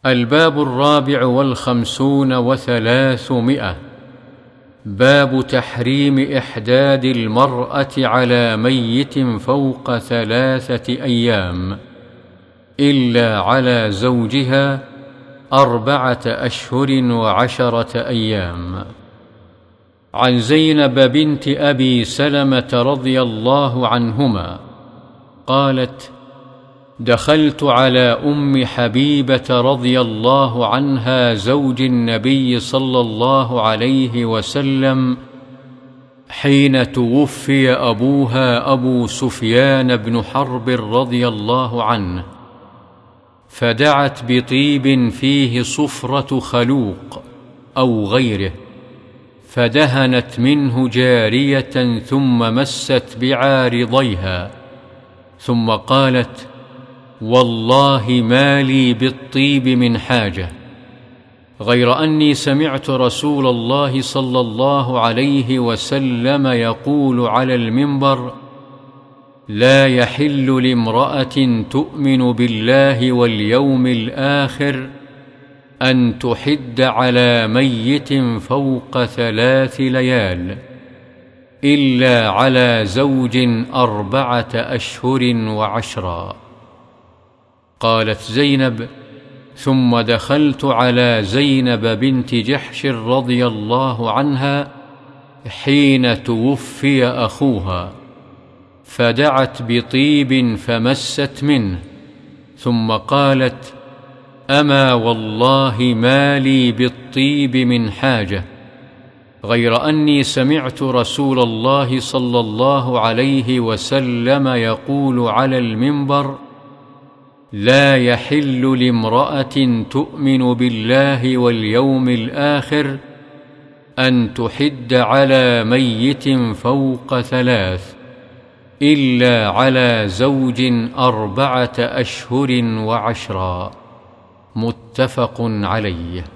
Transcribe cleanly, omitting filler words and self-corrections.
الباب 54 باب تحريم إحداد المرأة على ميت فوق 3 أيام إلا على زوجها 4 أشهر و10 أيام. عن زينب بنت أبي سلمة رضي الله عنهما قالت: دخلت على أم حبيبة رضي الله عنها زوج النبي صلى الله عليه وسلم حين توفي أبوها أبو سفيان بن حرب رضي الله عنه، فدعت بطيب فيه صفرة خلوق أو غيره، فدهنت منه جارية ثم مست بعارضيها، ثم قالت: والله ما لي بالطيب من حاجة، غير أني سمعت رسول الله صلى الله عليه وسلم يقول على المنبر: لا يحل لامرأة تؤمن بالله واليوم الآخر أن تحد على ميت فوق 3 ليال إلا على زوج 4 أشهر و10. قالت زينب: ثم دخلت على زينب بنت جحش رضي الله عنها حين توفي أخوها، فدعت بطيب فمست منه، ثم قالت: أما والله ما لي بالطيب من حاجة، غير أني سمعت رسول الله صلى الله عليه وسلم يقول على المنبر: لا يحل لامرأة تؤمن بالله واليوم الآخر أن تحد على ميت فوق 3 إلا على زوج 4 أشهر و10. متفق عليه.